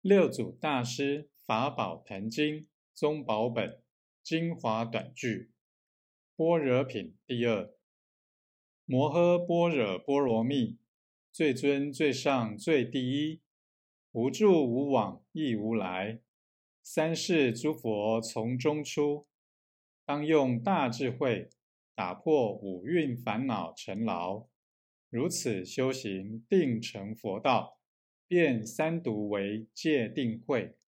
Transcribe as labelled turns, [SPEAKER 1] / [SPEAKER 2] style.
[SPEAKER 1] 六祖大师法宝坛经宗宝本精华短句般若品第二。摩诃般若波罗蜜，最尊最上最第一，无住无往亦无来，三世诸佛从中出，当用大智慧打破五蕴烦恼尘劳，如此修行定成佛道，变三毒为戒定慧。